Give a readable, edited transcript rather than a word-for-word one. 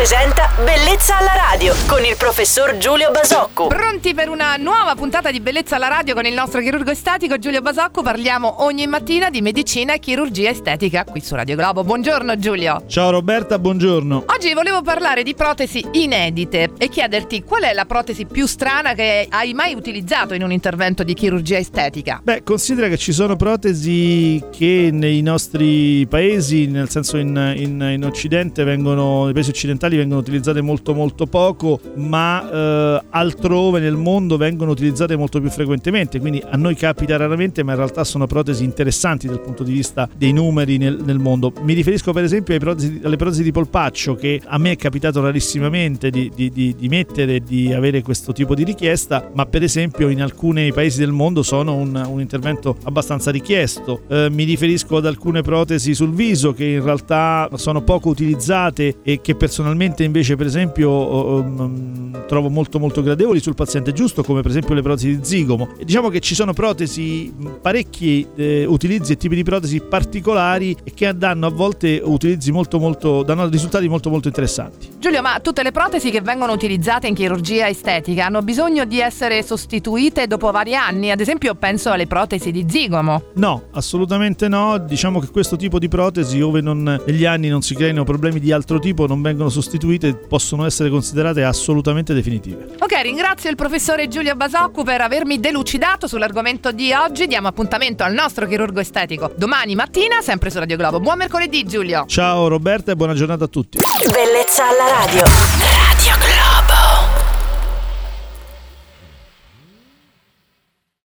presenta Bellezza alla radio con il professor Giulio Basocco. Pronti per una nuova puntata di Bellezza alla radio con il nostro chirurgo estetico Giulio Basocco? Parliamo ogni mattina di medicina e chirurgia estetica qui su Radio Globo. Buongiorno Giulio. Ciao Roberta, buongiorno. Oggi volevo parlare di protesi inedite e chiederti qual è la protesi più strana che hai mai utilizzato in un intervento di chirurgia estetica? Beh, considera che ci sono protesi che nei nostri paesi, nel senso in Occidente, nei paesi occidentali vengono utilizzate molto poco, ma altrove nel mondo vengono utilizzate molto più frequentemente, quindi a noi capita raramente, ma in realtà sono protesi interessanti dal punto di vista dei numeri nel mondo. Mi riferisco per esempio alle protesi di polpaccio, che a me è capitato rarissimamente di mettere e di avere questo tipo di richiesta, ma per esempio in alcuni paesi del mondo sono un intervento abbastanza richiesto. Mi riferisco ad alcune protesi sul viso che in realtà sono poco utilizzate e che personalmente invece per esempio trovo molto gradevoli sul paziente giusto, come per esempio le protesi di zigomo. E diciamo che ci sono protesi, parecchi utilizzi e tipi di protesi particolari e che danno a volte danno risultati molto interessanti. Giulio, ma tutte le protesi che vengono utilizzate in chirurgia estetica hanno bisogno di essere sostituite dopo vari anni? Ad esempio penso alle protesi di zigomo. No, assolutamente no. Diciamo che questo tipo di protesi, ove negli anni non si creino problemi di altro tipo, non vengono sostituite, possono essere considerate assolutamente definitive. Ok, ringrazio il professore Giulio Basocco per avermi delucidato sull'argomento di oggi. Diamo appuntamento al nostro chirurgo estetico domani mattina, sempre su Radio Globo. Buon mercoledì Giulio. Ciao Roberta e buona giornata a tutti. Bellezza alla radio.